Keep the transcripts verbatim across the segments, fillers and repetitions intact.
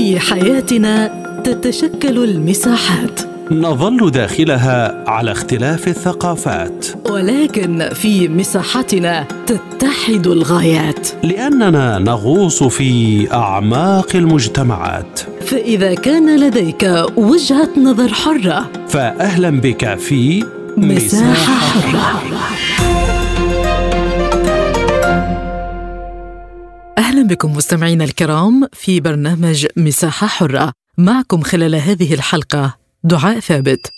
في حياتنا تتشكل المساحات، نظل داخلها على اختلاف الثقافات، ولكن في مساحتنا تتحد الغايات، لأننا نغوص في أعماق المجتمعات. فإذا كان لديك وجهة نظر حرة فأهلا بك في مساحة حرة. أهلا بكم مستمعينا الكرام في برنامج مساحة حرة، معكم خلال هذه الحلقة دعاء ثابت.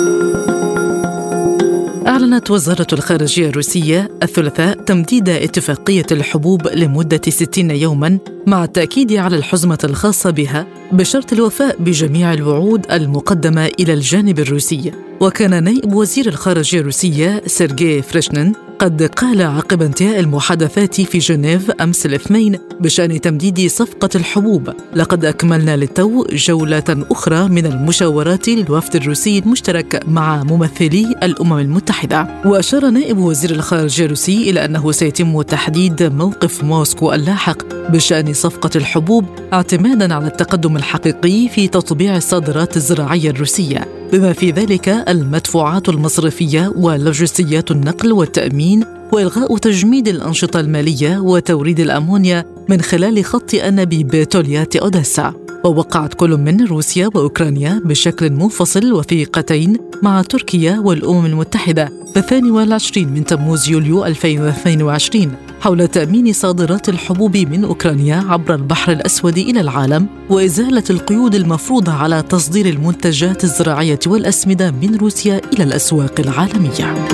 أعلنت وزارة الخارجية الروسية الثلاثاء تمديد اتفاقية الحبوب لمدة ستين يوماً، مع التأكيد على الحزمة الخاصة بها بشرط الوفاء بجميع الوعود المقدمة إلى الجانب الروسي. وكان نائب وزير الخارجية الروسية سيرجي فريشنين قد قال عقب انتهاء المحادثات في جنيف أمس الاثنين بشأن تمديد صفقة الحبوب: لقد أكملنا للتو جولة أخرى من المشاورات للوفد الروسي المشترك مع ممثلي الأمم المتحدة. وأشار نائب وزير الخارجية الروسي إلى أنه سيتم تحديد موقف موسكو اللاحق بشأن صفقة الحبوب اعتمادا على التقدم الحقيقي في تطبيع الصادرات الزراعية الروسية، بما في ذلك المدفوعات المصرفية ولوجستيات النقل والتأمين، وإلغاء تجميد الأنشطة المالية وتوريد الأمونيا من خلال خط أنابيب توليات أوديسا. ووقعت كل من روسيا وأوكرانيا بشكل منفصل وثيقتين مع تركيا والأمم المتحدة في الثاني والعشرين من تموز يوليو ألفين واثنين وعشرين حول تأمين صادرات الحبوب من أوكرانيا عبر البحر الأسود إلى العالم، وإزالة القيود المفروضة على تصدير المنتجات الزراعية والأسمدة من روسيا إلى الأسواق العالمية.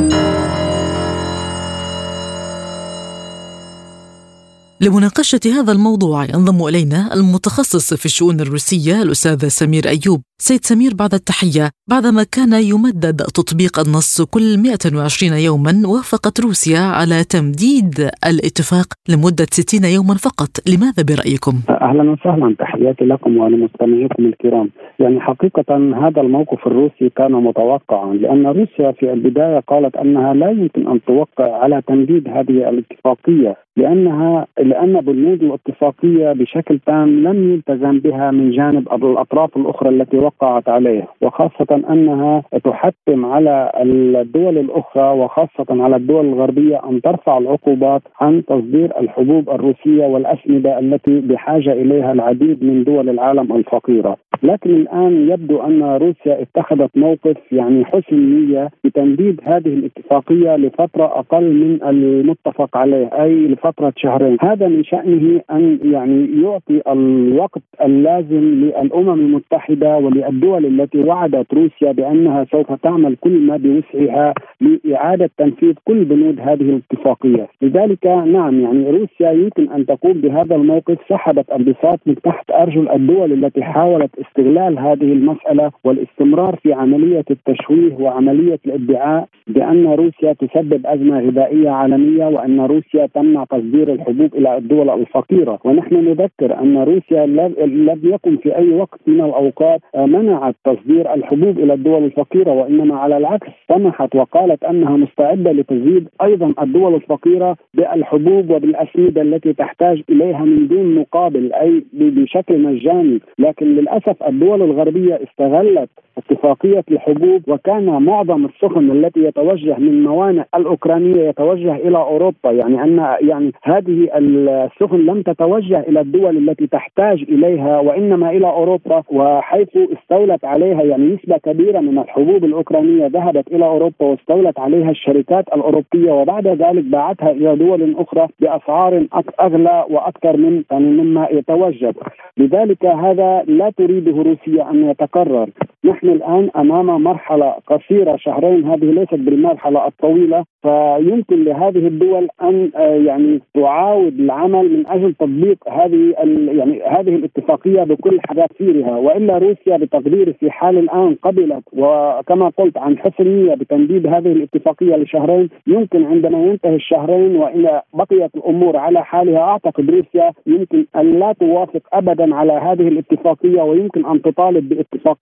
لمناقشة هذا الموضوع ينضم إلينا المتخصص في الشؤون الروسية الأستاذ سمير أيوب. سيد سمير، بعد التحية، بعدما كان يمدد تطبيق النص كل مئة وعشرين يوما، وافقت روسيا على تمديد الاتفاق لمدة ستين يوما فقط. لماذا برأيكم؟ أهلا وسهلا، تحياتي لكم ولمستمعيكم الكرام. يعني حقيقة هذا الموقف الروسي كان متوقعا، لأن روسيا في البداية قالت أنها لا يمكن أن توقع على تمديد هذه الاتفاقية، لأنها لأن بنود الاتفاقية بشكل تام لم يلتزم بها من جانب الأطراف الأخرى التي وقعت عليها، وخاصة أنها تحتم على الدول الأخرى وخاصة على الدول الغربية أن ترفع العقوبات عن تصدير الحبوب الروسية والأسمدة التي بحاجة إليها العديد من دول العالم الفقيرة. لكن الآن يبدو أن روسيا اتخذت موقف يعني حسن نية بتمديد هذه الاتفاقية لفترة أقل من المتفق عليه، أي لفترة شهرين. هذا من شأنه أن يعني يعطي الوقت اللازم للأمم المتحدة وللدول التي وعدت روسيا بأنها سوف تعمل كل ما بوسعها لإعادة تنفيذ كل بنود هذه الاتفاقية. لذلك نعم، يعني روسيا يمكن أن تقوم بهذا الموقف، سحبت البساط من تحت أرجل الدول التي حاولت استغلال هذه المسألة والاستمرار في عملية التشويه وعملية الادعاء بأن روسيا تسبب أزمة غذائية عالمية وأن روسيا تمنع تصدير الحبوب إلى الدول الفقيرة. ونحن نذكر أن روسيا لم يكن في أي وقت من الأوقات منعت تصدير الحبوب إلى الدول الفقيرة، وإنما على العكس سمحت وقالت أنها مستعدة لتزيد أيضا الدول الفقيرة بالحبوب وبالأسمدة التي تحتاج إليها من دون مقابل، أي بشكل مجاني. لكن للأسف الدول الغربية استغلت اتفاقية الحبوب، وكان معظم السفن التي يتوجه من موانئ الأوكرانية يتوجه إلى أوروبا، يعني أن يعني هذه السفن لم تتوجه إلى الدول التي تحتاج إليها وإنما إلى أوروبا، وحيث استولت عليها يعني نسبة كبيرة من الحبوب الأوكرانية ذهبت إلى أوروبا واستولت عليها الشركات الأوروبية، وبعد ذلك باعتها إلى دول أخرى بأسعار أغلى وأكثر من يعني مما يتوجب. لذلك هذا لا تريده روسيا أن يتكرر. نحن الآن أمام مرحلة قصيرة، شهرين، هذه ليست بالمرحلة الطويلة، فيمكن لهذه الدول أن يعني تعاود العمل من أجل تطبيق هذه يعني هذه الاتفاقية بكل حذافيرها. وإلا روسيا بتقديري في حال الآن قبلت وكما قلت عن حسن نية بتمديد هذه الاتفاقية لشهرين، يمكن عندما ينتهي الشهرين وإذا بقيت الأمور على حالها أعتقد روسيا يمكن أن لا توافق أبدا على هذه الاتفاقية، ويمكن أن تطالب باتفاقية جديدة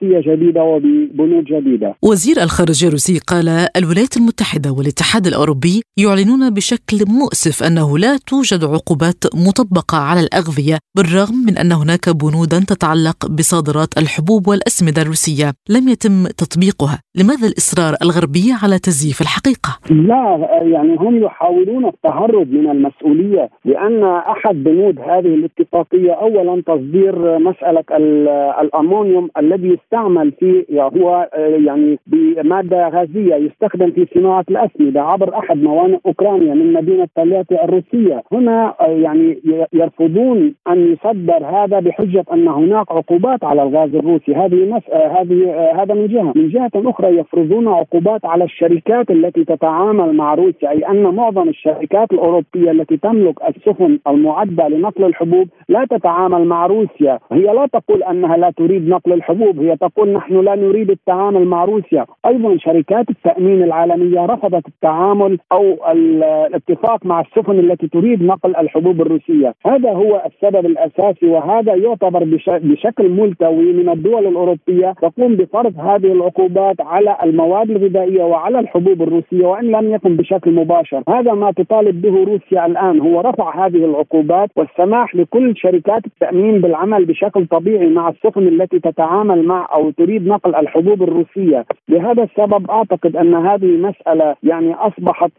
جديدة وببنود جديدة. وزير الخارجية الروسي قال الولايات المتحدة والاتحاد الأوروبي يعلنون بشكل مؤسف أنه لا توجد عقوبات مطبقة على الأغذية، بالرغم من أن هناك بنودا تتعلق بصادرات الحبوب والأسمدة الروسية لم يتم تطبيقها. لماذا الإصرار الغربي على تزييف الحقيقة؟ لا، يعني هم يحاولون التهرب من المسؤولية، لأن أحد بنود هذه الاتفاقية أولا تصدير مسألة الأمونيوم الذي يستعمل في هو يعني بمادة غازية يستخدم في صناعة الأسمدة عبر أحد موانئ أوكرانيا من مدينة تالياتي الروسية. هنا يعني يرفضون أن يصدر هذا بحجة أن هناك عقوبات على الغاز الروسي. هذه هذه هذا من جهة. من جهة أخرى يفرضون عقوبات على الشركات التي تتعامل مع روسيا، أي أن معظم الشركات الأوروبية التي تملك السفن المعدة لنقل الحبوب لا تتعامل مع روسيا. هي لا تقول أنها لا تريد نقل الحبوب، هي تقول نحن لا نريد التعامل مع روسيا. أيضا شركات التأمين العالمية رفضت التعامل أو الاتفاق مع السفن التي تريد نقل الحبوب الروسية. هذا هو السبب الأساسي، وهذا يعتبر بشكل ملتوي من الدول الأوروبية تقوم بفرض هذه العقوبات على المواد الغذائية وعلى الحبوب الروسية، وإن لم يكن بشكل مباشر. هذا ما تطالب به روسيا الآن، هو رفع هذه العقوبات والسماح لكل شركات التأمين بالعمل بشكل طبيعي مع السفن التي تتعامل مع أو تريد نقل الحبوب الروسية. لهذا السبب أعتقد أن هذه مسألة يعني أصبحت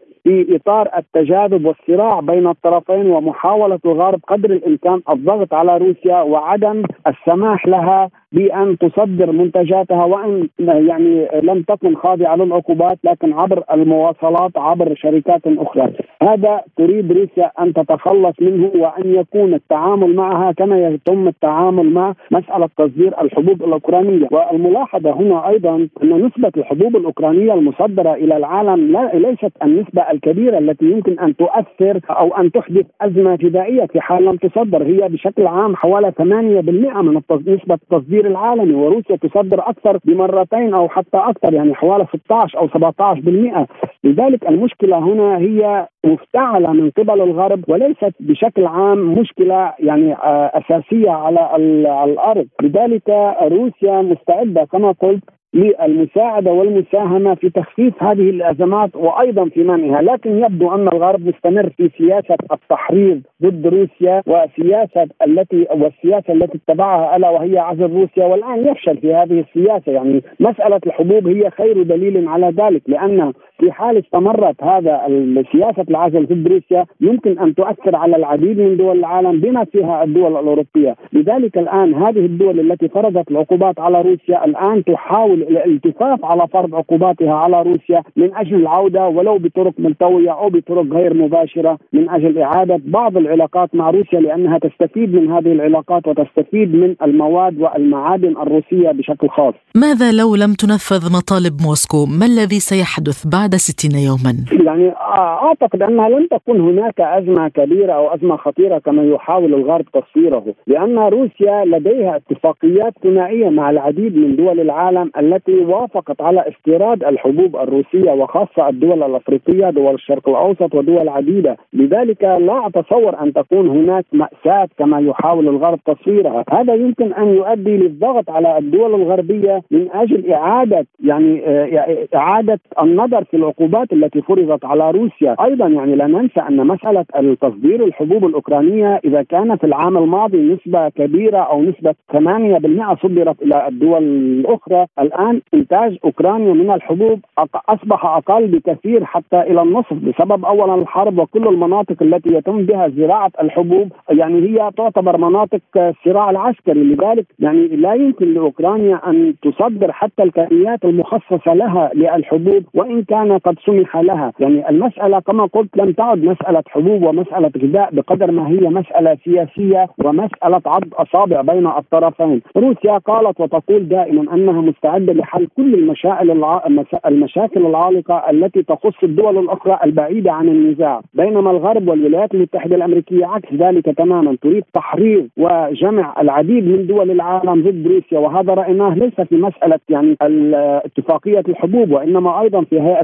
في إطار التجاذب والصراع بين الطرفين، ومحاولة الغرب قدر الإمكان الضغط على روسيا وعدم السماح لها بأن تصدر منتجاتها، وإن يعني لم تكن خاضعة للعقوبات لكن عبر المواصلات عبر شركات أخرى. هذا تريد روسيا أن تتخلص منه، وأن يكون التعامل معها كما يتم التعامل مع مسألة تصدير الحبوب الأوكرانية. والملاحظة هنا أيضا أن نسبة الحبوب الأوكرانية المصدرة إلى العالم لا ليست النسبة الكبيرة التي يمكن أن تؤثر أو أن تحدث أزمة غذائية في حال لم تصدر. هي بشكل عام حوالي ثمانية بالمئة من نسبة التصدير العالمي، وروسيا تصدر أكثر بمرتين أو حتى أكثر، يعني حوالي ستة عشر أو سبعة عشر بالمئة. لذلك المشكلة هنا هي مفتعلة من قبل الغرب وليست بشكل عام مشكلة يعني أساسية على الأرض. لذلك روسيا مستعدة كما قلت للمساعدة والمساهمة في تخفيف هذه الأزمات وأيضا في منعها، لكن يبدو أن الغرب مستمر في سياسة التحريض ضد روسيا وسياسة التي والسياسة التي اتبعها ألا وهي عزل روسيا، والآن يفشل في هذه السياسة. يعني مسألة الحبوب هي خير دليل على ذلك، لأن في حال استمرت هذا سياسة العزل ضد روسيا يمكن أن تؤثر على العديد من دول العالم بما فيها الدول الأوروبية. لذلك الآن هذه الدول التي فرضت العقوبات على روسيا الآن تحاول الالتفاف على فرض عقوباتها على روسيا من أجل العودة ولو بطرق ملتوية أو بطرق غير مباشرة من أجل إعادة بعض العلاقات مع روسيا، لأنها تستفيد من هذه العلاقات وتستفيد من المواد والمعادن الروسية بشكل خاص. ماذا لو لم تنفذ مطالب موسكو؟ ما الذي سيحدث بعد ستين يوما؟ يعني أعتقد أنها لن تكون هناك أزمة كبيرة أو أزمة خطيرة كما يحاول الغرب تصويره، لأن روسيا لديها اتفاقيات ثنائية مع العديد من دول العالم التي وافقت على استيراد الحبوب الروسية، وخاصة الدول الأفريقية، دول الشرق الأوسط ودول عديدة. لذلك لا أتصور أن تكون هناك مأساة كما يحاول الغرب تصويرها. هذا يمكن أن يؤدي للضغط على الدول الغربية من أجل إعادة يعني إعادة النظر في العقوبات التي فرضت على روسيا. أيضا يعني لا ننسى أن مسألة التصدير الحبوب الأوكرانية إذا كان في العام الماضي نسبة كبيرة أو نسبة ثمانية بالمئة صدرت إلى الدول الأخرى، الآن إنتاج أوكرانيا من الحبوب أصبح أقل بكثير حتى إلى النصف بسبب أولا الحرب، وكل المناطق التي يتم بها زراعة الحبوب يعني هي تعتبر مناطق الصراع العسكري. لذلك يعني لا يمكن لأوكرانيا أن تصدر حتى الكميات المخصصة لها للحبوب وإن كان قد سمح لها. يعني المسألة كما قلت لم تعد مسألة حبوب ومسألة غذاء بقدر ما هي مسألة سياسية ومسألة عض أصابع بين الطرفين. روسيا قالت وتقول دائما أنها مستعدة لحل كل المشاكل الع... المشاكل العالقة التي تخص الدول الأخرى البعيدة عن النزاع، بينما الغرب والولايات المتحدة الأمريكية عكس ذلك تماما، تريد تحريض وجمع العديد من دول العالم ضد روسيا. وهذا رأيناه ليس في مسألة يعني اتفاقية الحبوب، وإنما أيضا في هيئة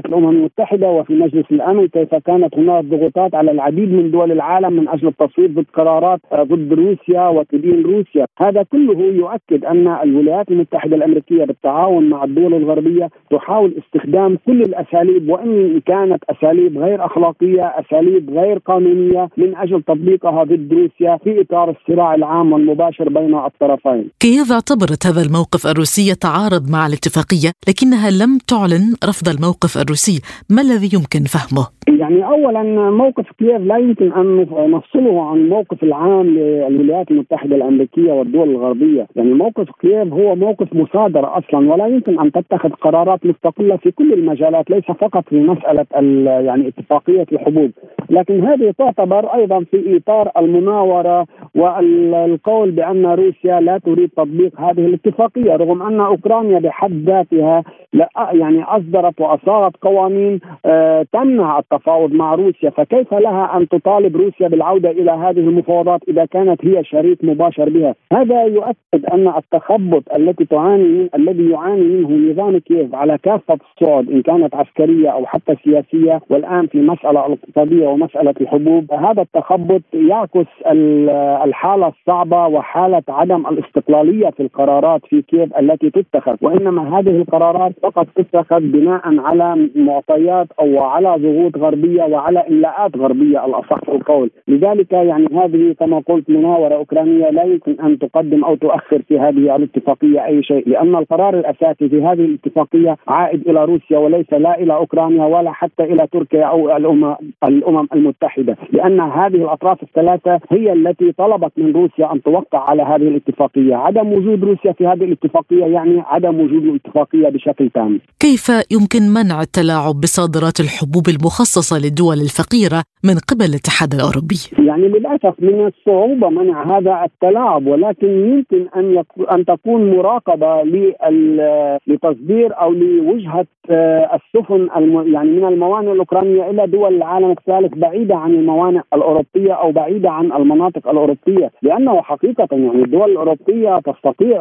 الأمم المتحدة وفي مجلس الأمن كيف كانت هناك ضغوطات على العديد من دول العالم من أجل التصويت ضد قرارات ضد روسيا وتدين روسيا. هذا كله يؤكد أن الولايات المتحدة الأمريكية بالتعاون مع الدول الغربية تحاول استخدام كل الأساليب، وإن كانت أساليب غير أخلاقية، أساليب غير قانونية، من أجل تطبيقها ضد روسيا في إطار الصراع العام والمباشر بين الطرفين. كييف اعتبرت هذا الموقف الروسي يتعارض مع الاتفاقية، لكنها لم تعلن رفض الموقف الروسي. ما الذي يمكن فهمه؟ يعني أولا موقف كييف لا يمكن أن نفصله عن الموقف العام للولايات المتحدة الأمريكية والدول الغربية. يعني موقف كييف هو موقف مصادرة أصلا، ولا يمكن أن تتخذ قرارات مستقلة في كل المجالات، ليس فقط في مسألة يعني اتفاقية الحبوب، لكن هذه تعتبر أيضا في إطار المناورة والقول بأن روسيا لا تريد تطبيق هذه الاتفاقية، رغم أن أوكرانيا بحد ذاتها لا يعني أصدرت وأصاغت قوانين آه تمنع التفاوض مع روسيا، فكيف لها أن تطالب روسيا بالعودة إلى هذه المفاوضات إذا كانت هي شريك مباشر بها؟ هذا يؤكد أن التخبط التي تعاني من الذي يعاني منه نظام كييف على كافة الصعد إن كانت عسكرية أو حتى سياسية، والآن في مسألة الاقتصادية ومسألة الحبوب، هذا التخبط يعكس الحالة الصعبة وحالة عدم الاستقلالية في القرارات في كييف التي تتخذ، وإنما هذه القرارات فقط تتخذ بناء على معطيات أو على ضغوط غربية وعلى إملاءات غربية الأصح القول. لذلك يعني هذه كما قلت مناورة أوكرانية لا يمكن أن تقدم أو تؤخر في هذه الاتفاقية أي شيء، لأن القرار الأساسي في هذه الاتفاقية عائد إلى روسيا وليس لا إلى أوكرانيا ولا حتى إلى تركيا أو الأمم الأمم المتحدة، لأن هذه الأطراف الثلاثة هي التي طلبت من روسيا أن توقع على هذه الاتفاقية. عدم وجود روسيا في هذه الاتفاقية يعني عدم وجود الاتفاقية بشكل تام. كيف يمكن منع التلاعب بصادرات الحبوب المخصصة للدول الفقيرة من قبل الاتحاد الأوروبي؟ يعني للأسف من الصعوبة منع هذا التلاعب، ولكن يمكن أن أن تكون مراقبة لتصدير أو لوجهة السفن يعني من الموانئ الأوكرانية إلى دول العالم الثالث بعيدة عن الموانئ الأوروبية أو بعيدة عن المناطق الأوروبية، لأنه حقيقة يعني الدول الأوروبية تستطيع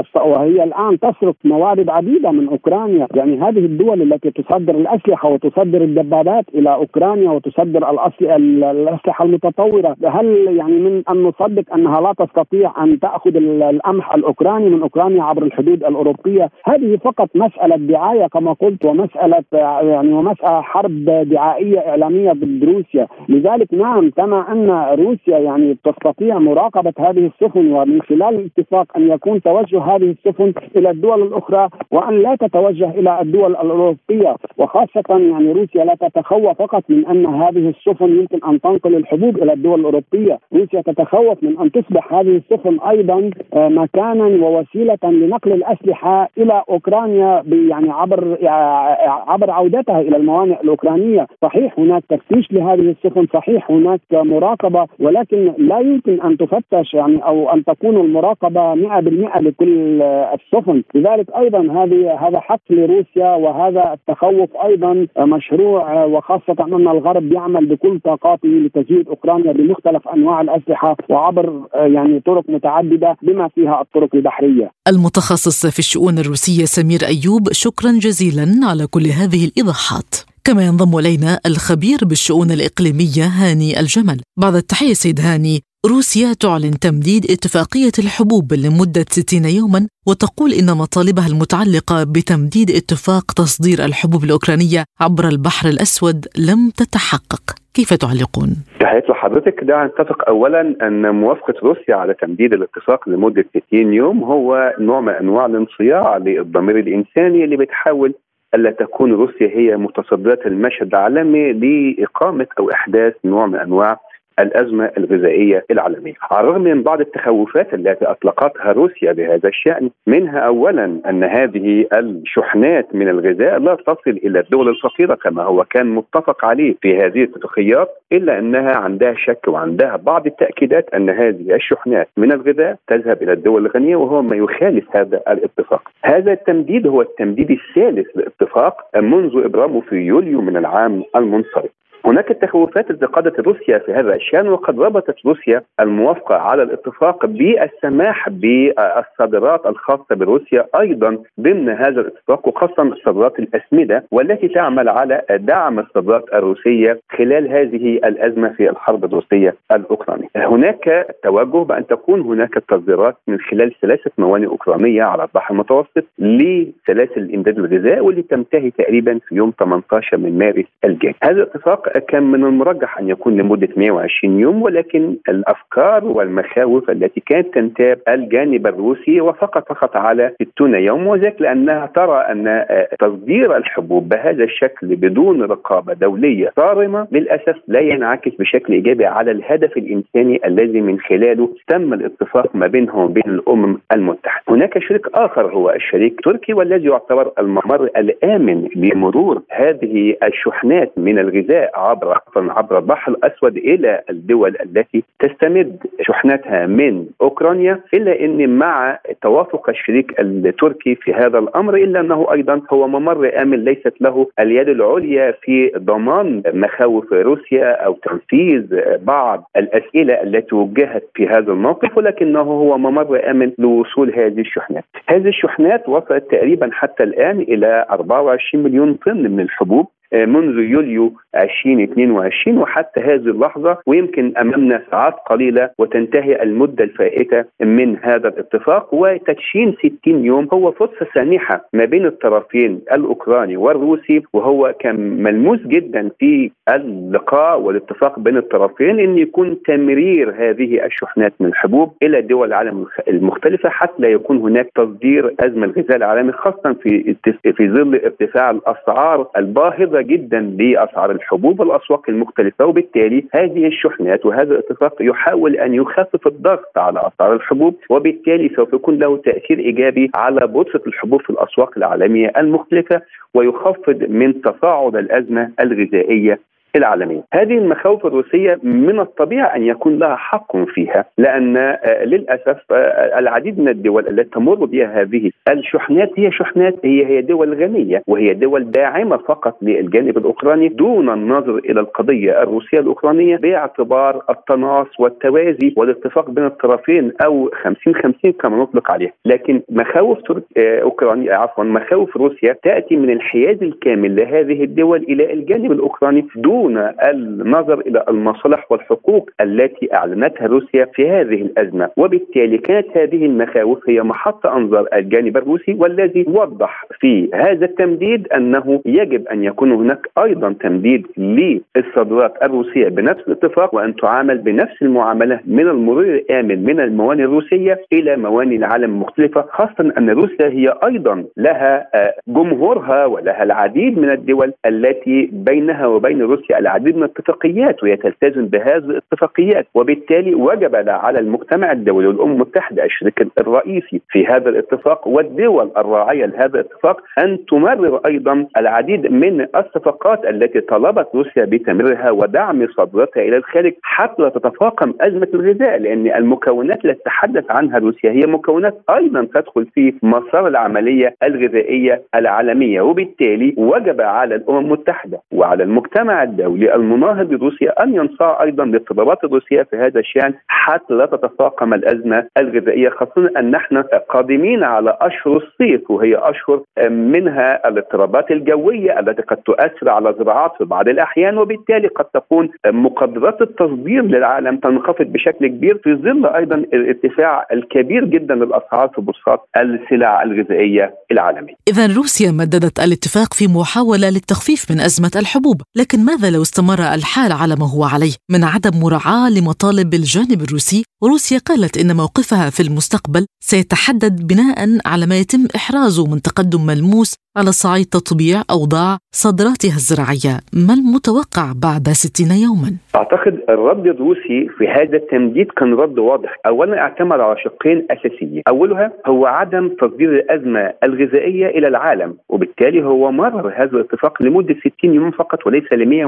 وهي الآن تسرق موارد عديدة من أوكرانيا. يعني هذه الدول التي تصدر الأسلحة وتصدر الدبابات إلى أوكرانيا وتصدر الأسلحة المتطورة، هل يعني من أن نصدق أنها لا تستطيع أن تأخذ القمح الأوكراني من أوكرانيا عبر الحدود الأوروبية؟ هذه فقط مسألة دعاية كما قلت، ومسألة يعني ومسألة حرب دعائية إعلامية ضد روسيا. لذلك نعم كما أن روسيا يعني تستطيع مراقبة هذه السفن ومن خلال الاتفاق أن يكون توجه هذه السفن إلى الدول الأخرى وأن لا تتوجه إلى الدول الأوروبية، وخاصة يعني روسيا لا تتخوف فقط من أن هذه السفن يمكن أن تنقل الحبوب إلى الدول الأوروبية، روسيا تتخوف من أن تصبح هذه السفن أيضا مكانا ووسيلة لنقل الأسلحة إلى أوكرانيا يعني عبر عبر عودتها إلى الموانئ الأوكرانية. صحيح هناك تفتيش لهذه السفن، صحيح هناك مراقبة، ولكن لا يمكن أن تفتش يعني أو أن تكون المراقبة مئة بالمئة لكل السفن. لذلك أيضا هذه هذا حق لروسيا، وهذا التخوف أيضا مشروع، وخاصة أن الغرب يعمل بكل طاقاته لتزويد أوكرانيا بمختلف أنواع الأسلحة وعبر يعني طرق متعددة بما فيها الطرق البحرية. المتخصص في الشؤون الروسية سمير أيوب، شكرا جزيلا على كل هذه الإيضاحات. كما ينضم إلينا الخبير بالشؤون الإقليمية هاني الجمل. بعد التحية سيد هاني، روسيا تعلن تمديد اتفاقية الحبوب لمدة ستين يوما وتقول إن مطالبها المتعلقة بتمديد اتفاق تصدير الحبوب الأوكرانية عبر البحر الأسود لم تتحقق. كيف تعلقون؟ تحياتي لحضرتك. دعنا نتفق أولا أن موافقة روسيا على تمديد الاتفاق لمدة ستين يوم هو نوع من أنواع الانصياع للضمير الإنساني اللي بتحاول ألا تكون روسيا هي متصدرة المشهد العالمي لإقامة أو إحداث نوع من أنواع الأزمة الغذائية العالمية، على الرغم من بعض التخوفات التي أطلقتها روسيا بهذا الشأن. منها أولا أن هذه الشحنات من الغذاء لا تصل إلى الدول الفقيرة كما هو كان متفق عليه في هذه الاتفاقيات، إلا أنها عندها شك وعندها بعض التأكيدات أن هذه الشحنات من الغذاء تذهب إلى الدول الغنية، وهو ما يخالف هذا الاتفاق. هذا التمديد هو التمديد الثالث للاتفاق منذ إبرامه في يوليو من العام المنصرم. هناك التخوفات التي قادت روسيا في هذا الشأن، وقد ربطت روسيا الموافقة على الاتفاق بالسماح بالصادرات الخاصة بروسيا أيضا ضمن هذا الاتفاق، وخاصة صادرات الأسمدة والتي تعمل على دعم الصادرات الروسية خلال هذه الأزمة في الحرب الروسية الأوكرانية. هناك توجه بأن تكون هناك تصديرات من خلال ثلاثة موانئ أوكرانية على البحر المتوسط لسلاسل الإمداد الغذائي، واللي تنتهي تقريبا في يوم ثمانية عشر من مارس الجاري. هذا الاتفاق كان من المرجح أن يكون لمدة مئة وعشرين يوم، ولكن الأفكار والمخاوف التي كانت تنتاب الجانب الروسي وفقط فقط على ستين يوم، وذلك لأنها ترى أن تصدير الحبوب بهذا الشكل بدون رقابة دولية صارمة للأسف لا ينعكس بشكل إيجابي على الهدف الإنساني الذي من خلاله تم الاتفاق ما بينهم وبين الأمم المتحدة. هناك شريك آخر هو الشريك التركي، والذي يعتبر الممر الآمن لمرور هذه الشحنات من الغذاء عبر عبر البحر الأسود إلى الدول التي تستمد شحناتها من أوكرانيا، إلا أن مع توافق الشريك التركي في هذا الأمر إلا أنه أيضا هو ممر آمن ليست له اليد العليا في ضمان مخاوف روسيا أو تنفيذ بعض الأسئلة التي وجهت في هذا الموقف، ولكنه هو ممر آمن لوصول هذه الشحنات. هذه الشحنات وصلت تقريبا حتى الآن إلى أربعة وعشرين مليون طن من الحبوب منذ يوليو ألفين واثنين وعشرين وحتى هذه اللحظة، ويمكن أمامنا ساعات قليلة وتنتهي المدة الفائتة من هذا الاتفاق. وتدشين ستين يوم هو فرصة سانحة ما بين الطرفين الأوكراني والروسي، وهو كان ملموس جدا في اللقاء والاتفاق بين الطرفين أن يكون تمرير هذه الشحنات من الحبوب إلى دول العالم المختلفة حتى لا يكون هناك تصدير أزمة الغذاء العالمي، خاصة في في ظل ارتفاع الأسعار الباهظة جدا لأسعار الحبوب والأسواق المختلفة. وبالتالي هذه الشحنات وهذا الاتفاق يحاول أن يخفف الضغط على أسعار الحبوب، وبالتالي سوف يكون له تأثير إيجابي على بورصة الحبوب في الأسواق العالمية المختلفة، ويخفض من تصاعد الأزمة الغذائية العالمية. هذه المخاوف الروسية من الطبيعي أن يكون لها حق فيها، لأن للأسف العديد من الدول التي تمر بها هذه الشحنات هي شحنات هي هي دول غنية، وهي دول داعمة فقط للجانب الأوكراني دون النظر إلى القضية الروسية الأوكرانية باعتبار التناص والتوازي والاتفاق بين الطرفين أو خمسين خمسين كما نطلق عليه. لكن مخاوف أوكرانيا عفوا مخاوف روسيا تأتي من الحياد الكامل لهذه الدول إلى الجانب الأوكراني دون النظر إلى المصالح والحقوق التي أعلنتها روسيا في هذه الأزمة. وبالتالي كانت هذه المخاوف هي محط أنظر الجانب الروسي، والذي وضح في هذا التمديد أنه يجب أن يكون هناك أيضا تمديد للصادرات الروسية بنفس الاتفاق، وأن تعامل بنفس المعاملة من المرور الآمن من الموانئ الروسية إلى موانئ العالم المختلفة، خاصة أن روسيا هي أيضا لها جمهورها ولها العديد من الدول التي بينها وبين روسيا العديد من الاتفاقيات وهي تلتزم بهذه الاتفاقيات. وبالتالي وجب على المجتمع الدولي والأمم المتحدة الشريك الرئيسي في هذا الاتفاق والدول الراعية لهذا الاتفاق أن تمرر أيضا العديد من الصفقات التي طلبت روسيا بتمريرها ودعم صادراتها إلى الخارج حتى لا تتفاقم أزمة الغذاء، لأن المكونات التي تتحدث عنها روسيا هي مكونات أيضا تدخل في مسار العملية الغذائية العالمية. وبالتالي وجب على الأمم المتحدة وعلى المجتمع الدولي المناهض لروسيا أن ينصاع أيضا للطلبات الروسية في هذا الشأن حتى لا تتفاقم الأزمة الغذائية، خاصة أن نحن قادمين على أشهر الصيف، وهي أشهر منها الاضطرابات الجوية التي قد تؤثر على الزراعات في بعض الأحيان، وبالتالي قد تكون مقدرات التصدير للعالم تنخفض بشكل كبير في ظل أيضا الارتفاع الكبير جدا للأسعار في بورصات السلع الغذائية العالمية. إذن روسيا مددت الاتفاق في محاولة للتخفيف من أزمة الحبوب، لكن ماذا لو استمر الحال على ما هو عليه من عدم مراعاة لمطالب الجانب الروسي؟ وروسيا قالت إن موقفها في المستقبل سيتحدد بناء على ما يتم إحرازه من تقدم ملموس على صعيد تطبيع أوضاع صادراتها الزراعية. ما المتوقع بعد ستين يوما؟ أعتقد الرد الروسي في هذا التمديد كان رد واضح. أولا اعتمد على شقين أساسيين، أولها هو عدم تصدير الأزمة الغذائية إلى العالم، وبالتالي هو مرر هذا الاتفاق لمدة ستين يوم فقط وليس ل مئة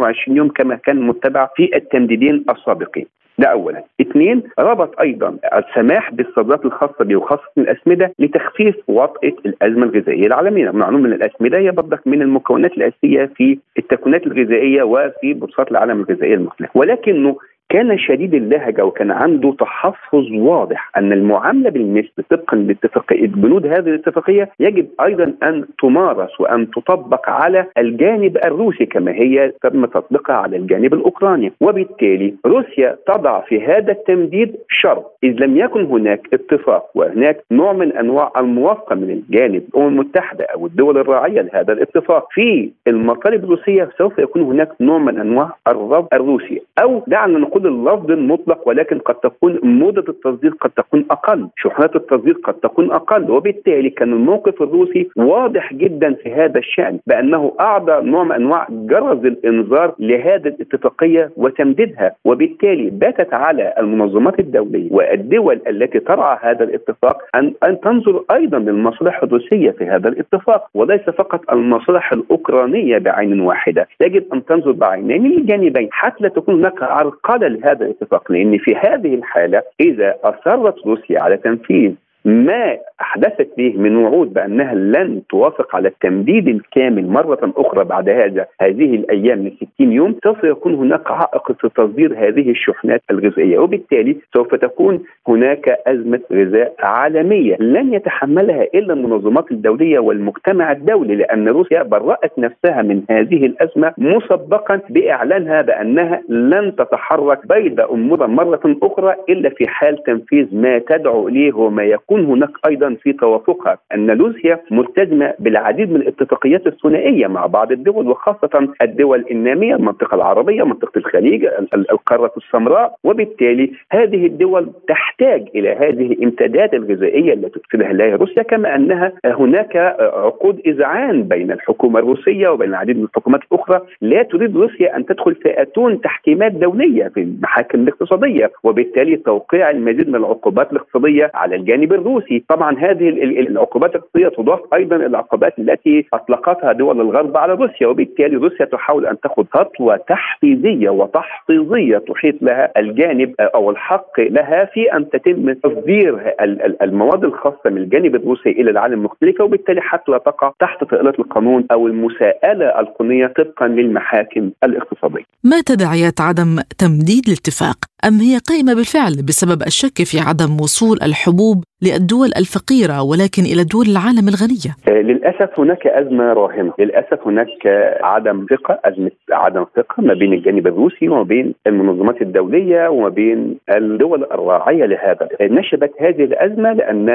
وعشرين يوم كما كان متبع في التمديدين السابقين. ده أولا. اثنين، ربط أيضا السماح بالصادرات الخاصة به وخاصة الأسمدة لتخفيف وطأة الأزمة الغذائية العالمية. معلوم أن الأسمدة هي برضك من المكونات الأساسية في التكوينات الغذائية وفي بورصات العالم الغذائية المختلفة، ولكنه كان شديد اللهجة وكان عنده تحفظ واضح أن المعاملة بالمثل طبقا لاتفاقية بنود هذه الاتفاقية يجب أيضا أن تمارس وأن تطبق على الجانب الروسي كما هي تم تطبيقها على الجانب الأوكراني. وبالتالي روسيا تضع في هذا التمديد شرط: إذ لم يكن هناك اتفاق وهناك نوع من أنواع الموافقة من الجانب الأمم المتحدة أو الدول الراعية لهذا الاتفاق في المطالب الروسية، سوف يكون هناك نوع من أنواع الرفض الروسي، أو دعنا نقول اللفظ المطلق، ولكن قد تكون مدة التصدير قد تكون أقل، شحنات التصدير قد تكون أقل. وبالتالي كان الموقف الروسي واضح جدا في هذا الشأن بأنه أعطى نوع من أنواع جرس الإنذار لهذه الاتفاقية وتمديدها. وبالتالي باتت على المنظمات الدولية والدول التي ترعى هذا الاتفاق أن أن تنظر أيضا للمصالح الروسية في هذا الاتفاق، وليس فقط المصالح الأوكرانية بعين واحدة، يجب أن تنظر بعينين للجانبين حتى لا تكون هناك عرقلة لهذا الاتفاق. لأن في هذه الحالة إذا أصرت روسيا على تنفيذ ما أحدثت به من وعود بأنها لن توافق على التمديد الكامل مرة أخرى بعد هذا هذه الأيام من ستين يوم، سوف يكون هناك عائق في تصدير هذه الشحنات الغذائية، وبالتالي سوف تكون هناك أزمة غذاء عالمية لن يتحملها إلا المنظمات الدولية والمجتمع الدولي، لأن روسيا برأت نفسها من هذه الأزمة مسبقا بإعلانها بأنها لن تتحرك بيد أمورا مرة أخرى إلا في حال تنفيذ ما تدعو إليه وما يكون هناك أيضا في توافقها. أن روسيا ملتزمة بالعديد من الاتفاقيات الثنائية مع بعض الدول وخاصة الدول النامية، المنطقة العربية، منطقة الخليج، القارة السمراء، وبالتالي هذه الدول تحتاج إلى هذه الإمدادات الغذائية التي تفيدها لها روسيا، كما أنها هناك عقود إذعان بين الحكومة الروسية وبين العديد من الحكومات الأخرى. لا تريد روسيا أن تدخل في أتون تحكيمات دولية في المحاكم الاقتصادية، وبالتالي توقيع المزيد من العقوبات الاقتصادية على الجانب الروسي. طبعا هذه العقوبات الاقتصادية تضاف أيضا العقوبات التي أطلقتها دول الغرب على روسيا، وبالتالي روسيا تحاول أن تأخذ خطوة تحفيزية وتحفيظية تحيط لها الجانب أو الحق لها في أن تتم تصدير المواد الخاصة من الجانب الروسي إلى العالم المختلفة، وبالتالي حتى لا تقع تحت طائلة القانون أو المساءلة القانونية طبقا للمحاكم الاقتصادية. ما تداعيات عدم تمديد الاتفاق؟ أم هي قائمة بالفعل بسبب الشك في عدم وصول الحبوب للدول الفقيرة ولكن إلى دول العالم الغنية؟ للأسف هناك أزمة راهنة، للأسف هناك عدم ثقة، أزمة عدم ثقة ما بين الجانب الروسي وما بين المنظمات الدولية وما بين الدول الراعية لهذا. نشبت هذه الأزمة لأن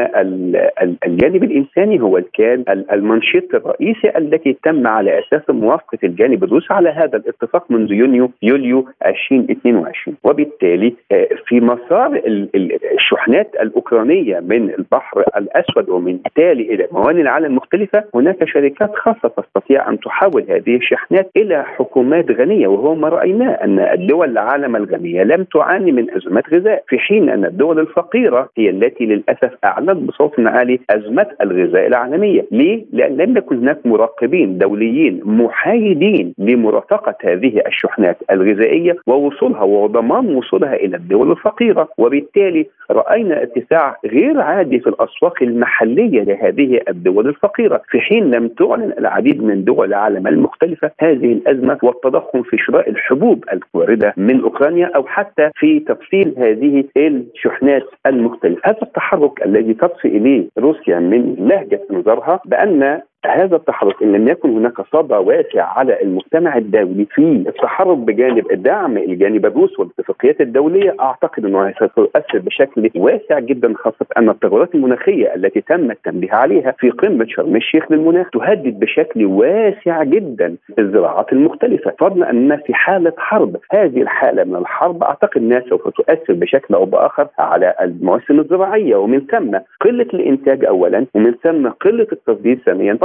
الجانب الإنساني هو كان المنشط الرئيسي التي تم على أساس موافقة الجانب الروسي على هذا الاتفاق منذ يونيو يوليو ألفين واثنين وعشرين. وبالتالي في مسار الشحنات الأوكرانية من البحر الأسود ومن تالي إلى موانئ العالم المختلفة، هناك شركات خاصة تستطيع أن تحول هذه الشحنات إلى حكومات غنية، وهو ما رأيناه أن الدول العالم الغنية لم تعاني من أزمات غذاء، في حين أن الدول الفقيرة هي التي للأسف أعلنت بصوت عالي أزمة الغذاء العالمية. ليه؟ لأن لم يكن هناك مراقبين دوليين محايدين لمرافقة هذه الشحنات الغذائية ووصولها وضمان وصولها إلى الدول الفقيرة، وبالتالي رأينا اتساع غير عادي في الأسواق المحلية لهذه الدول الفقيرة، في حين لم تعلن العديد من دول العالم المختلفة هذه الأزمة والتضخم في شراء الحبوب الواردة من أوكرانيا أو حتى في تفصيل هذه الشحنات المختلفة. هذا التحرك الذي تطفي إليه روسيا من لهجة انذارها بأن هذا التحرك إن لم يكن هناك صدى واسع على المجتمع الدولي في التحرك بجانب الدعم الجانب الروسي والاتفاقيات الدولية، أعتقد أنه سيؤثر بشكل واسع جدا، خاصة أن التغيرات المناخية التي تم التنبيه عليها في قمة شرم الشيخ للمناخ تهدد بشكل واسع جدا الزراعات المختلفة، فضلا أننا في حالة حرب. هذه الحالة من الحرب أعتقد أنها سوف تؤثر بشكل أو بآخر على المواسم الزراعية، ومن ثم قلة الإنتاج أولا، ومن ثم قلة التصدير ثانيا.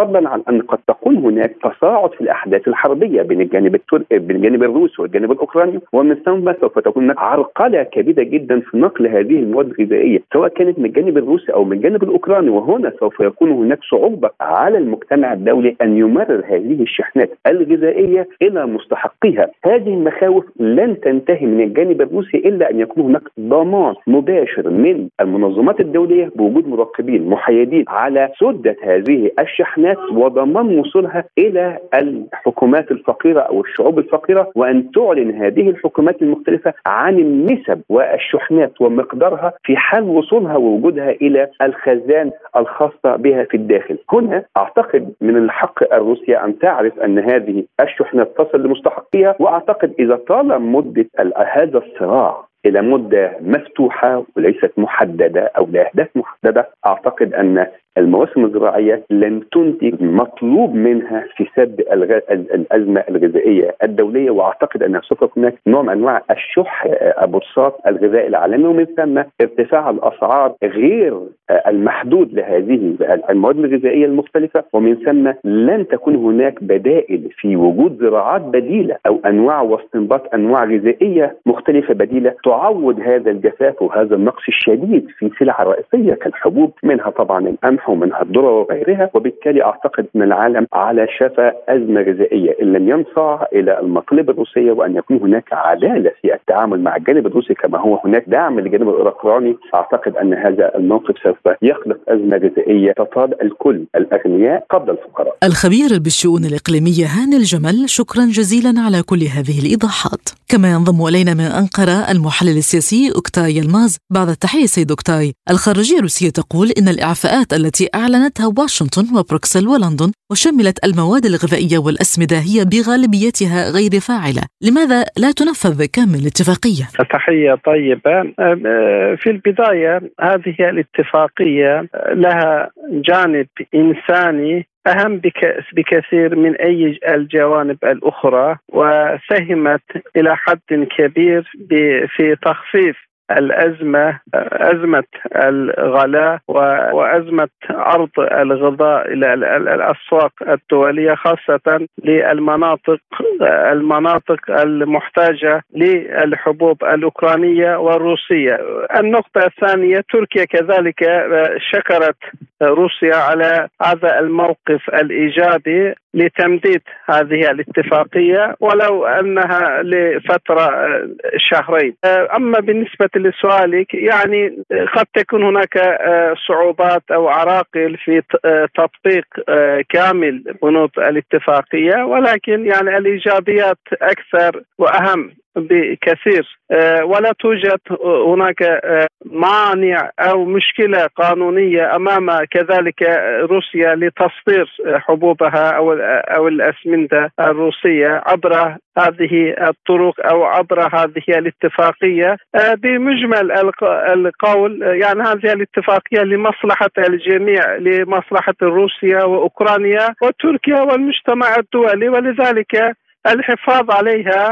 فضلا عن أن قد تكون هناك تصاعد في الأحداث الحربية بين الجانب التركي بين الجانب الروسي والجانب الأوكراني، ومن ثم سوف تكون هناك عرقلة كبيرة جدا في نقل هذه المواد الغذائية سواء كانت من الجانب الروسي أو من الجانب الأوكراني، وهنا سوف يكون هناك صعوبة على المجتمع الدولي أن يمرر هذه الشحنات الغذائية إلى مستحقيها. هذه المخاوف لن تنتهي من الجانب الروسي إلا أن يكون هناك ضمان مباشر من المنظمات الدولية بوجود مراقبين محايدين على سدة هذه الشحنات وضمان وصولها إلى الحكومات الفقيرة أو الشعوب الفقيرة، وأن تعلن هذه الحكومات المختلفة عن النسب والشحنات ومقدارها في حال وصولها ووجودها إلى الخزان الخاصة بها في الداخل. هنا أعتقد من الحق الروسيا أن تعرف أن هذه الشحنات تصل لمستحقيها، وأعتقد إذا طال مدة هذا الصراع إلى مدة مفتوحة وليست محددة أو لأهداف محددة، أعتقد أن المواسم الزراعية لن تنتج مطلوب منها في سد الأزمة الغذائية الدولية، وأعتقد أن سوف يكون هناك نوع من أنواع الشح بورصات الغذاء العالمي، ومن ثم ارتفاع الأسعار غير المحدود لهذه المواد الغذائية المختلفة، ومن ثم لن تكون هناك بدائل في وجود زراعات بديلة أو أنواع واستنباط أنواع غذائية مختلفة بديلة تعوض هذا الجفاف وهذا النقص الشديد في سلع رئيسية كالحبوب، منها طبعا القمح ومنها الذرة وغيرها. وبالتالي أعتقد أن العالم على شفا أزمة غذائية إن لم ينصاع إلى المقلبة الروسية، وأن يكون هناك عدالة في التعامل مع الجانب الروسي كما هو هناك دعم للجانب الأوكراني. أعتقد أن هذا الموقف سوف يخلق أزمة غذائية تطال الكل، الأغنياء قبل الفقراء. الخبير بالشؤون الإقليمية هاني الجمل، شكرا جزيلا على كل هذه الإيضاحات. كما ينضم إلينا من أنقرة المحلل السياسي أوكتاي يلماز. بعد التحية سيد أوكتاي، الخارجية الروسية تقول إن الإعفاءات التي أعلنتها واشنطن وبروكسل ولندن وشملت المواد الغذائية والأسمدة هي بغالبيتها غير فاعلة، لماذا لا تنفذ كامل الاتفاقية؟ تحية طيبة. في البداية هذه الاتفاقية لها جانب إنساني أهم بكثير من أي الجوانب الأخرى، وساهمت إلى حد كبير في تخفيف الأزمة أزمة الغلاء وأزمة عرض الغذاء إلى الأسواق الدولية، خاصة للمناطق المناطق المحتاجة للحبوب الأوكرانية والروسية. النقطة الثانية، تركيا كذلك شكرت روسيا على هذا الموقف الإيجابي لتمديد هذه الاتفاقية ولو أنها لفترة شهرين. أما بالنسبة لسؤالك، يعني قد تكون هناك صعوبات أو عراقل في تطبيق كامل بنود الاتفاقية، ولكن يعني الإيجابيات أكثر وأهم بكثير، ولا توجد هناك مانع أو مشكلة قانونية أمام كذلك روسيا لتصدير حبوبها أو أو الأسمدة الروسية عبر هذه الطرق أو عبر هذه الاتفاقية. بمجمل القول يعني هذه الاتفاقية لمصلحة الجميع، لمصلحة روسيا وأوكرانيا وتركيا والمجتمع الدولي، ولذلك الحفاظ عليها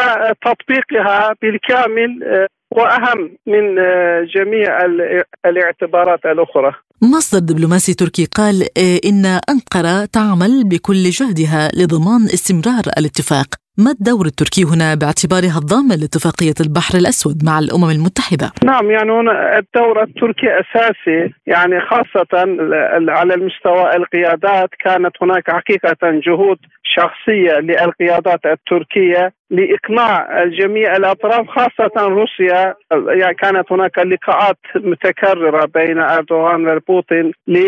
وتطبيقها بالكامل وأهم من جميع الاعتبارات الأخرى. مصدر دبلوماسي تركي قال إن أنقرة تعمل بكل جهدها لضمان استمرار الاتفاق. ما الدور التركي هنا باعتبارها الضامن لاتفاقية البحر الأسود مع الأمم المتحدة؟ نعم، يعني هنا الدور التركي أساسي، يعني خاصة على المستوى القيادات. كانت هناك حقيقة جهود شخصية للقيادات التركية لإقناع جميع الأطراف، خاصة روسيا. يعني كانت هناك لقاءات متكررة بين أردوغان وبوتين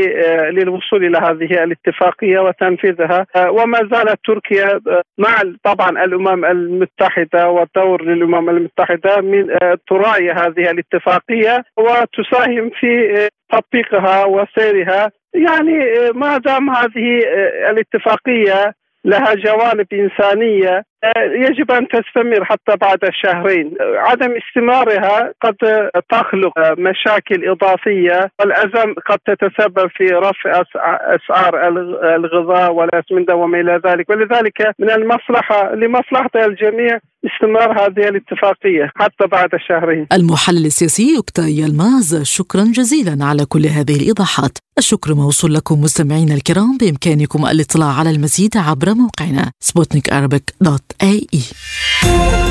للوصول إلى هذه الاتفاقية وتنفيذها، وما زالت تركيا مع طبعا الأمم المتحدة والدور للأمم المتحدة من تراعي هذه الاتفاقية وتساهم في تطبيقها وسيرها. يعني ما دام هذه الاتفاقية لها جوانب إنسانية، يجب أن تستمر حتى بعد شهرين. عدم استمرارها قد تخلق مشاكل إضافية، والأزم قد تتسبب في رفع أسعار الغذاء والأسمدة وما إلى ذلك، ولذلك من المصلحة لمصلحة الجميع استمرار هذه الاتفاقية حتى بعد شهرين. المحلل السياسي أوكتاي يلماز، شكرا جزيلا على كل هذه الإيضاحات. الشكر موصول لكم مستمعينا الكرام، بإمكانكم الاطلاع على المزيد عبر موقعنا سبوتنيك أرابيك دوت إيه إي.